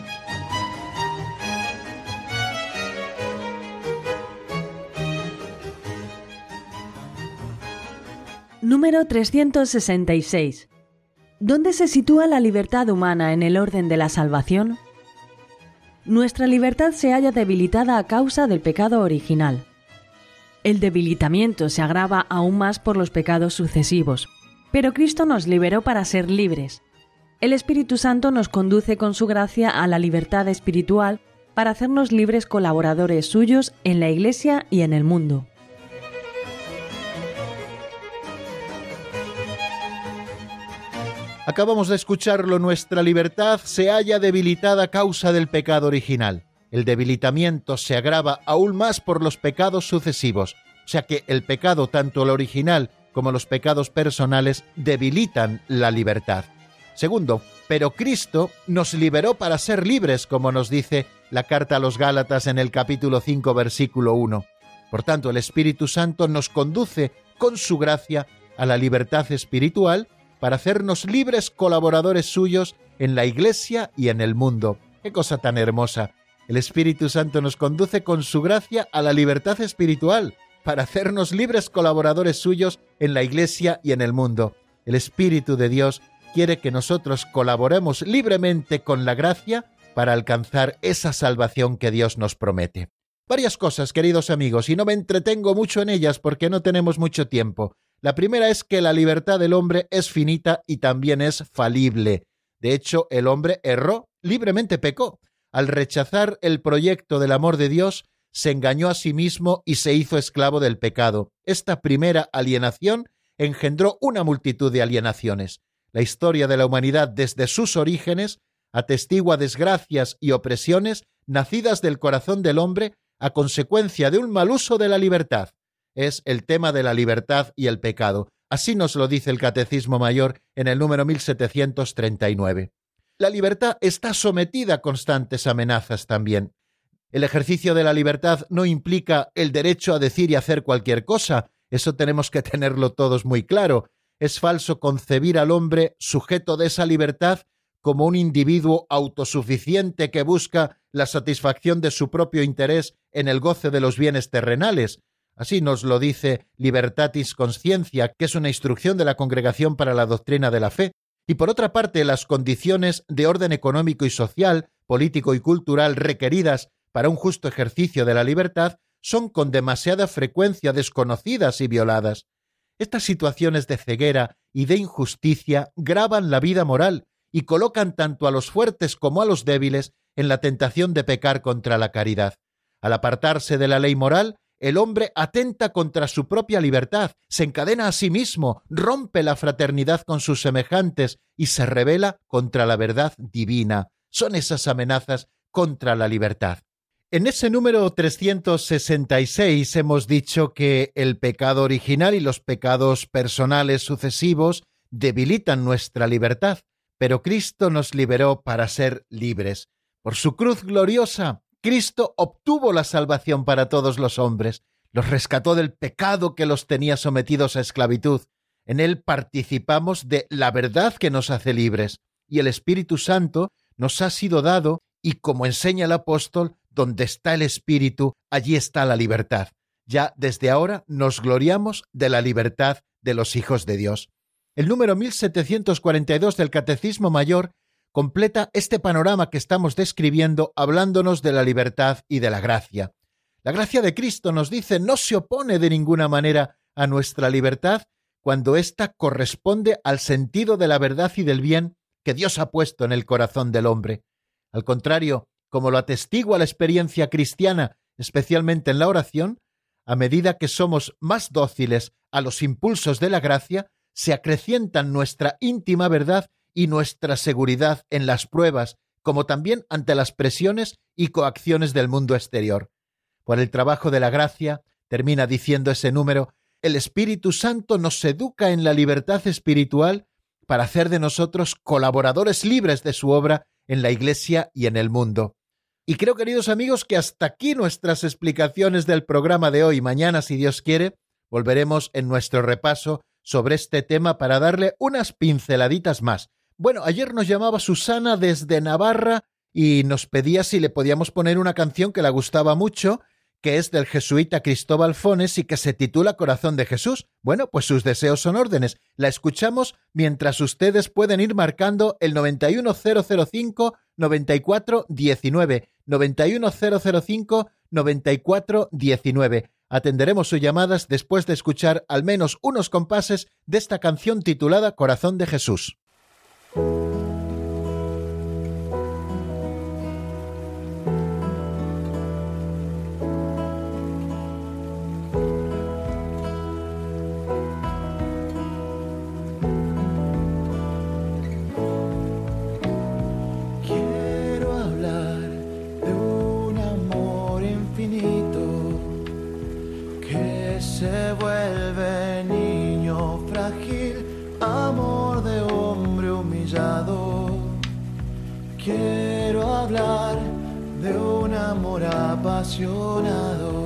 Número trescientos sesenta y seis. ¿Dónde se sitúa la libertad humana en el orden de la salvación? Nuestra libertad se halla debilitada a causa del pecado original. El debilitamiento se agrava aún más por los pecados sucesivos, pero Cristo nos liberó para ser libres. El Espíritu Santo nos conduce con su gracia a la libertad espiritual para hacernos libres colaboradores suyos en la Iglesia y en el mundo. Acabamos de escucharlo, nuestra libertad se halla debilitada a causa del pecado original. El debilitamiento se agrava aún más por los pecados sucesivos, o sea que el pecado, tanto el original como los pecados personales, debilitan la libertad. Segundo, pero Cristo nos liberó para ser libres, como nos dice la carta a los Gálatas en el capítulo cinco, versículo uno. Por tanto, el Espíritu Santo nos conduce con su gracia a la libertad espiritual para hacernos libres colaboradores suyos en la Iglesia y en el mundo. ¡Qué cosa tan hermosa! El Espíritu Santo nos conduce con su gracia a la libertad espiritual para hacernos libres colaboradores suyos en la Iglesia y en el mundo. El Espíritu de Dios quiere que nosotros colaboremos libremente con la gracia para alcanzar esa salvación que Dios nos promete. Varias cosas, queridos amigos, y no me entretengo mucho en ellas porque no tenemos mucho tiempo. La primera es que la libertad del hombre es finita y también es falible. De hecho, el hombre erró, libremente pecó. Al rechazar el proyecto del amor de Dios, se engañó a sí mismo y se hizo esclavo del pecado. Esta primera alienación engendró una multitud de alienaciones. La historia de la humanidad desde sus orígenes atestigua desgracias y opresiones nacidas del corazón del hombre a consecuencia de un mal uso de la libertad. Es el tema de la libertad y el pecado. Así nos lo dice el Catecismo Mayor en el número mil setecientos treinta y nueve. La libertad está sometida a constantes amenazas también. El ejercicio de la libertad no implica el derecho a decir y hacer cualquier cosa. Eso tenemos que tenerlo todos muy claro. Es falso concebir al hombre sujeto de esa libertad como un individuo autosuficiente que busca la satisfacción de su propio interés en el goce de los bienes terrenales. Así nos lo dice Libertatis Conscientia, que es una instrucción de la Congregación para la Doctrina de la Fe. Y por otra parte, las condiciones de orden económico y social, político y cultural requeridas para un justo ejercicio de la libertad son con demasiada frecuencia desconocidas y violadas. Estas situaciones de ceguera y de injusticia gravan la vida moral y colocan tanto a los fuertes como a los débiles en la tentación de pecar contra la caridad. Al apartarse de la ley moral, el hombre atenta contra su propia libertad, se encadena a sí mismo, rompe la fraternidad con sus semejantes y se rebela contra la verdad divina. Son esas amenazas contra la libertad. En ese número trescientos sesenta y seis hemos dicho que el pecado original y los pecados personales sucesivos debilitan nuestra libertad, pero Cristo nos liberó para ser libres. Por su cruz gloriosa, Cristo obtuvo la salvación para todos los hombres, los rescató del pecado que los tenía sometidos a esclavitud. En él participamos de la verdad que nos hace libres, y el Espíritu Santo nos ha sido dado, y como enseña el apóstol, donde está el Espíritu, allí está la libertad. Ya desde ahora nos gloriamos de la libertad de los hijos de Dios. El número mil setecientos cuarenta y dos del Catecismo Mayor completa este panorama que estamos describiendo hablándonos de la libertad y de la gracia. La gracia de Cristo, nos dice, no se opone de ninguna manera a nuestra libertad cuando ésta corresponde al sentido de la verdad y del bien que Dios ha puesto en el corazón del hombre. Al contrario, como lo atestigua la experiencia cristiana, especialmente en la oración, a medida que somos más dóciles a los impulsos de la gracia, se acrecientan nuestra íntima verdad y nuestra seguridad en las pruebas, como también ante las presiones y coacciones del mundo exterior. Por el trabajo de la gracia, termina diciendo ese número, el Espíritu Santo nos educa en la libertad espiritual para hacer de nosotros colaboradores libres de su obra en la Iglesia y en el mundo. Y creo, queridos amigos, que hasta aquí nuestras explicaciones del programa de hoy. Mañana, si Dios quiere, volveremos en nuestro repaso sobre este tema para darle unas pinceladitas más. Bueno, ayer nos llamaba Susana desde Navarra y nos pedía si le podíamos poner una canción que le gustaba mucho, que es del jesuita Cristóbal Fones y que se titula Corazón de Jesús. Bueno, pues sus deseos son órdenes. La escuchamos mientras ustedes pueden ir marcando el noventa y uno cero cero cinco noventa y cuatro diecinueve, noventa y uno cero cero cinco noventa y cuatro diecinueve. Atenderemos sus llamadas después de escuchar al menos unos compases de esta canción titulada Corazón de Jesús. Quiero hablar de un amor infinito que se vuelve niño frágil, amor de hombre humillado quiero hablar de un amor apasionado.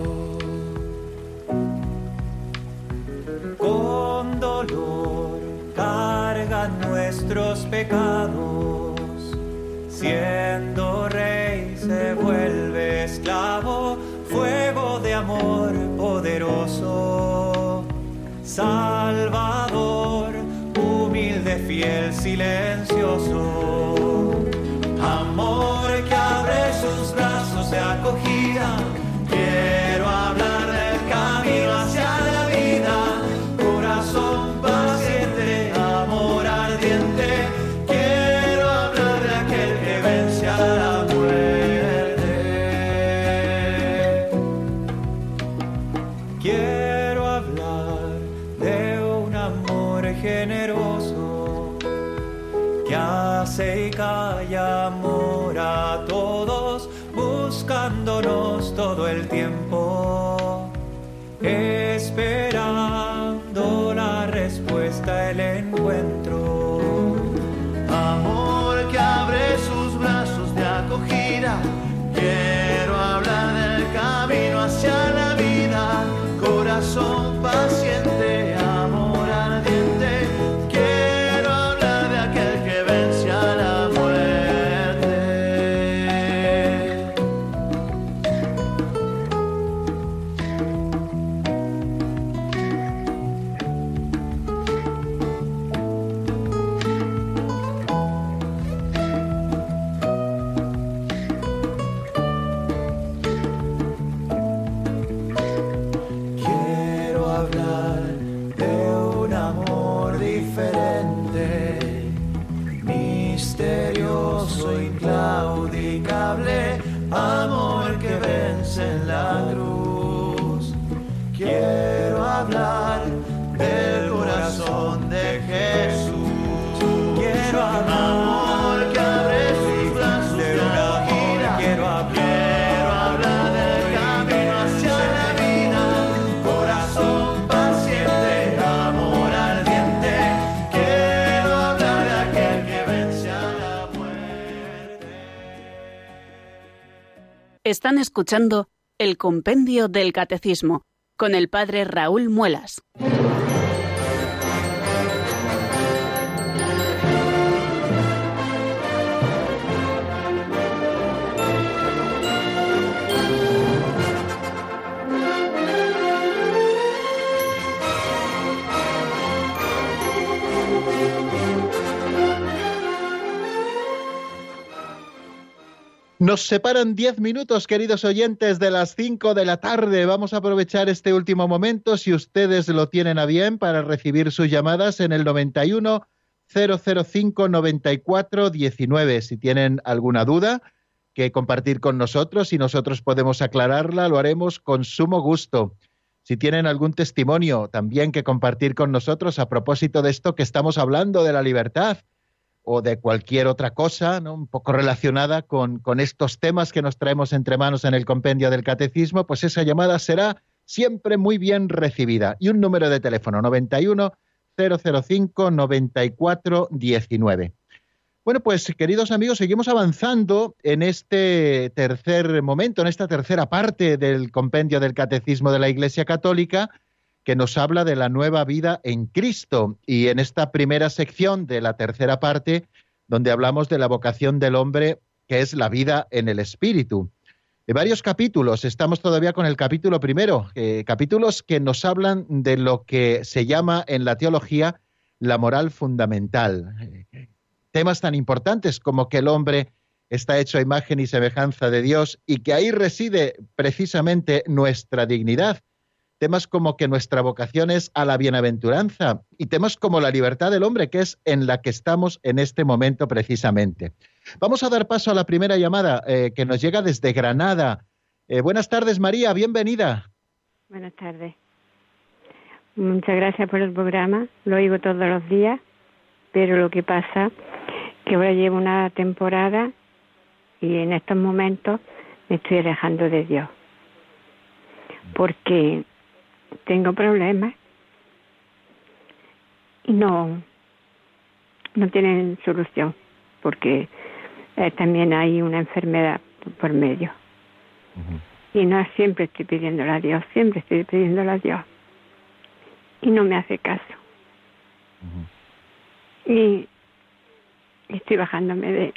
Con dolor cargan nuestros pecados, siendo rey se vuelve esclavo, fuego de amor poderoso, Salvador, humilde, fiel, silencioso, amor que abre sus brazos de acogida. Quiero hablar del camino hacia la vida, corazón paciente, amor ardiente. Quiero hablar de aquel que vence a la muerte. Quiero hablar de un amor generoso que hace y calla amor a todos, buscándonos todo el tiempo, esperando la respuesta, el encuentro. Amor que abre sus brazos de acogida. Quiero hablar del camino hacia la vida, corazón paciente, amor ardiente. Quiero hablar de aquel que vence a la muerte. Quiero hablar de un amor diferente, misterioso, inclaudicable, amor que vence en la cruz. Quiero hablar del corazón de Jesús. Quiero hablar, amor que abre sus brazos de acogida. Quiero hablar, quiero hablar del camino hacia la vida, corazón paciente, amor ardiente. Quiero hablar de aquel que vence a la muerte. Están escuchando el Compendio del Catecismo con el Padre Raúl Muelas. Nos separan diez minutos, queridos oyentes, de las cinco de la tarde. Vamos a aprovechar este último momento, si ustedes lo tienen a bien, para recibir sus llamadas en el noventa y uno, cero cero cinco, noventa y cuatro, diecinueve. Si tienen alguna duda que compartir con nosotros y nosotros podemos aclararla, lo haremos con sumo gusto. Si tienen algún testimonio también que compartir con nosotros a propósito de esto que estamos hablando, de la libertad, o de cualquier otra cosa, ¿no?, un poco relacionada con, con estos temas que nos traemos entre manos en el Compendio del Catecismo, pues esa llamada será siempre muy bien recibida. Y un número de teléfono, noventa y uno, cero cero cinco, noventa y cuatro, diecinueve. Bueno, pues queridos amigos, seguimos avanzando en este tercer momento, en esta tercera parte del Compendio del Catecismo de la Iglesia Católica, que nos habla de la nueva vida en Cristo. Y en esta primera sección de la tercera parte, donde hablamos de la vocación del hombre, que es la vida en el Espíritu. De varios capítulos, estamos todavía con el capítulo primero, eh, capítulos que nos hablan de lo que se llama en la teología la moral fundamental. Eh, temas tan importantes como que el hombre está hecho a imagen y semejanza de Dios y que ahí reside precisamente nuestra dignidad. Temas como que nuestra vocación es a la bienaventuranza y temas como la libertad del hombre, que es en la que estamos en este momento precisamente. Vamos a dar paso a la primera llamada eh, que nos llega desde Granada. Eh, buenas tardes, María, bienvenida. Buenas tardes. Muchas gracias por el programa, lo oigo todos los días, pero lo que pasa que ahora llevo una temporada y en estos momentos me estoy alejando de Dios, porque tengo problemas y no, no tienen solución, porque eh, también hay una enfermedad por medio. Uh-huh. Y no siempre estoy pidiéndole a Dios, siempre estoy pidiéndole a Dios. Y no me hace caso. Uh-huh. Y estoy bajándome de...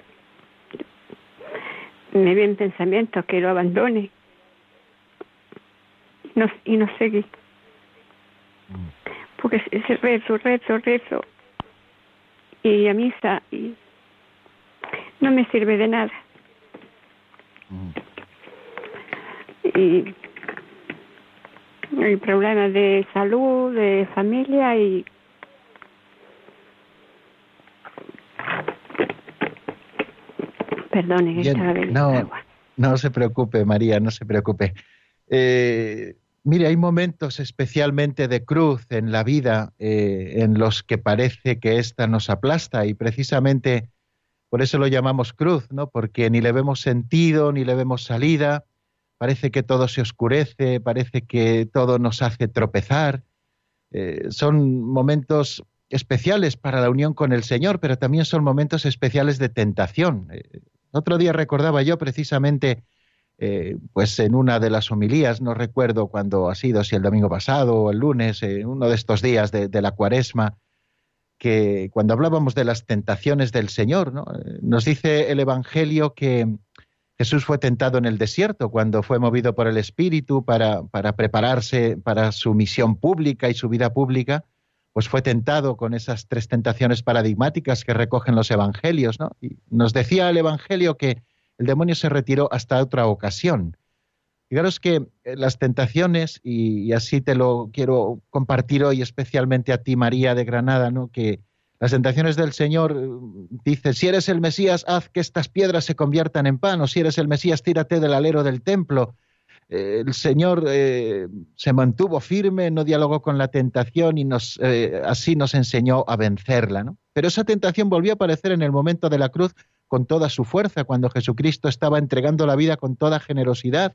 Me ven pensamientos que lo abandone. No, y no seguí. Uh-huh. Porque ese rezo, rezo, rezo. Y a misa, y no me sirve de nada. Uh-huh. Y hay problemas de salud, de familia y perdone que estaba bebiendo no, agua. No se preocupe, María, no se preocupe. Eh, mire, hay momentos especialmente de cruz en la vida eh, en los que parece que ésta nos aplasta y precisamente por eso lo llamamos cruz, ¿no? Porque ni le vemos sentido, ni le vemos salida, parece que todo se oscurece, parece que todo nos hace tropezar. Eh, son momentos especiales para la unión con el Señor, pero también son momentos especiales de tentación. Eh, otro día recordaba yo precisamente, eh, pues en una de las homilías, no recuerdo cuándo ha sido, si el domingo pasado o el lunes, eh, uno de estos días de, de la Cuaresma, que cuando hablábamos de las tentaciones del Señor, ¿no? Nos dice el Evangelio que Jesús fue tentado en el desierto cuando fue movido por el Espíritu para, para prepararse para su misión pública y su vida pública, pues fue tentado con esas tres tentaciones paradigmáticas que recogen los Evangelios, ¿no? Y nos decía el Evangelio que el demonio se retiró hasta otra ocasión. Fijaros que las tentaciones, y, y así te lo quiero compartir hoy especialmente a ti, María de Granada, ¿no? Que las tentaciones del Señor, dice, si eres el Mesías, haz que estas piedras se conviertan en pan, o si eres el Mesías, tírate del alero del templo. Eh, el Señor eh, se mantuvo firme, no dialogó con la tentación y nos, eh, así nos enseñó a vencerla, ¿no? Pero esa tentación volvió a aparecer en el momento de la cruz con toda su fuerza, cuando Jesucristo estaba entregando la vida con toda generosidad.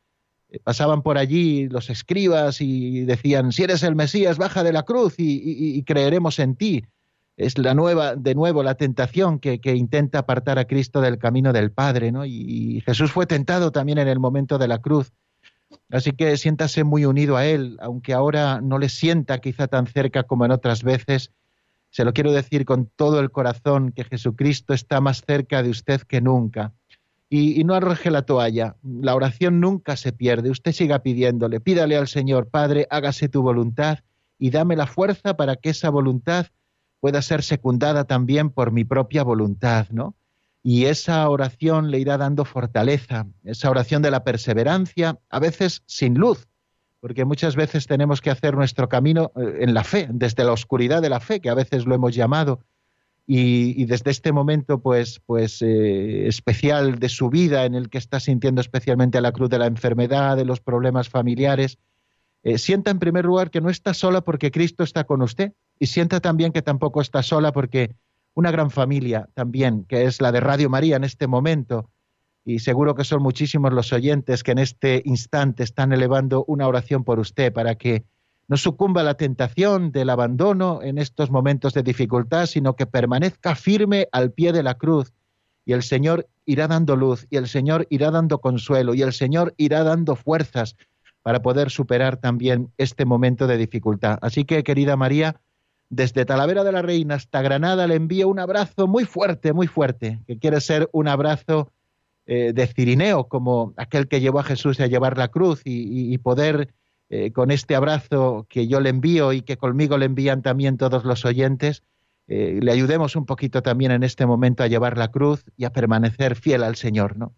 Pasaban por allí los escribas y decían, si eres el Mesías, baja de la cruz y, y, y creeremos en ti. Es la nueva, de nuevo, la tentación que, que intenta apartar a Cristo del camino del Padre, ¿no? Y, y Jesús fue tentado también en el momento de la cruz. Así que siéntase muy unido a Él, aunque ahora no le sienta quizá tan cerca como en otras veces. Se lo quiero decir con todo el corazón, que Jesucristo está más cerca de usted que nunca. Y, y no arroje la toalla, la oración nunca se pierde, usted siga pidiéndole, pídale al Señor, Padre, hágase tu voluntad y dame la fuerza para que esa voluntad pueda ser secundada también por mi propia voluntad, ¿no? Y esa oración le irá dando fortaleza, esa oración de la perseverancia, a veces sin luz, porque muchas veces tenemos que hacer nuestro camino en la fe, desde la oscuridad de la fe, que a veces lo hemos llamado. Y, y desde este momento pues, pues eh, especial de su vida, en el que está sintiendo especialmente la cruz de la enfermedad, de los problemas familiares, eh, sienta en primer lugar que no está sola porque Cristo está con usted, y sienta también que tampoco está sola porque una gran familia también, que es la de Radio María en este momento, y seguro que son muchísimos los oyentes que en este instante están elevando una oración por usted para que no sucumba a la tentación del abandono en estos momentos de dificultad, sino que permanezca firme al pie de la cruz. Y el Señor irá dando luz, y el Señor irá dando consuelo, y el Señor irá dando fuerzas para poder superar también este momento de dificultad. Así que, querida María, desde Talavera de la Reina hasta Granada le envío un abrazo muy fuerte, muy fuerte, que quiere ser un abrazo eh, de Cirineo, como aquel que llevó a Jesús a llevar la cruz, y, y, y poder... Eh, con este abrazo que yo le envío y que conmigo le envían también todos los oyentes, eh, le ayudemos un poquito también en este momento a llevar la cruz y a permanecer fiel al Señor, ¿no?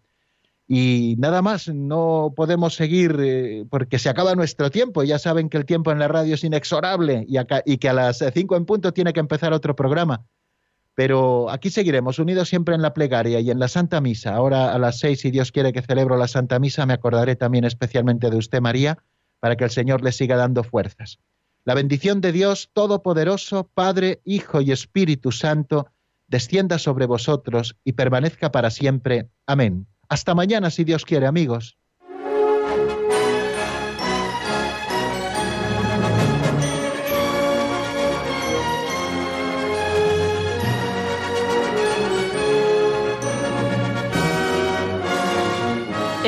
Y nada más, no podemos seguir eh, porque se acaba nuestro tiempo. Ya saben que el tiempo en la radio es inexorable y, acá, y que a las cinco en punto tiene que empezar otro programa. Pero aquí seguiremos, unidos siempre en la plegaria y en la Santa Misa. Ahora a las seis, si Dios quiere que celebro la Santa Misa, me acordaré también especialmente de usted, María, para que el Señor le siga dando fuerzas. La bendición de Dios Todopoderoso, Padre, Hijo y Espíritu Santo, descienda sobre vosotros y permanezca para siempre. Amén. Hasta mañana, si Dios quiere, amigos.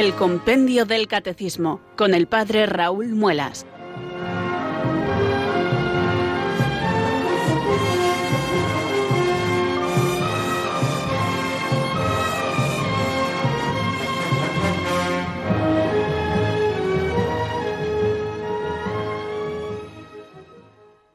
El Compendio del Catecismo con el Padre Raúl Muelas.